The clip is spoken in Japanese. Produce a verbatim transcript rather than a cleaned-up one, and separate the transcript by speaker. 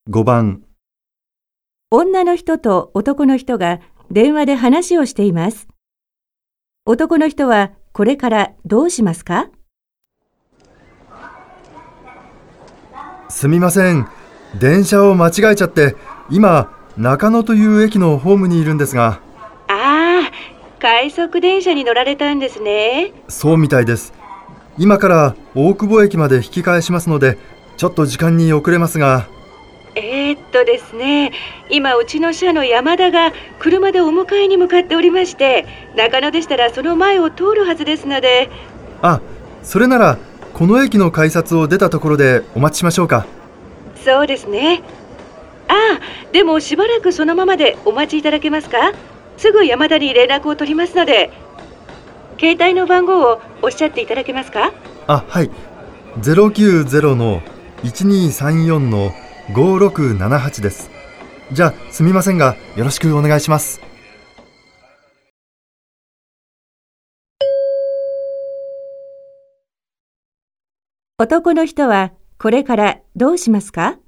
Speaker 1: ごばん。
Speaker 2: 女の人と男の人が電話で話をしています。男の人はこれからどうしますか？
Speaker 1: すみません。電車を間違えちゃって、今、中野という駅のホームにいるんですが。
Speaker 2: ああ、快速電車に乗られたんですね。
Speaker 1: そうみたいです。今から大久保駅まで引き返しますので、ちょっと時間に遅れますが。
Speaker 2: えー、っとですね、今うちの社の山田が車でお迎えに向かっておりまして、中野でしたらその前を通るはずですので。
Speaker 1: あ、それならこの駅の改札を出たところでお待ちしましょうか。
Speaker 2: そうですね。ああ、でもしばらくそのままでお待ちいただけますか？すぐ山田に連絡を取りますので。携帯の番号をおっしゃっていただけますか？
Speaker 1: あ、はい。ゼロきゅうゼロのいちにさんよんのごろくななはちです。じゃあすみませんが、よろしくお願いします。
Speaker 2: 男の人はこれからどうしますか？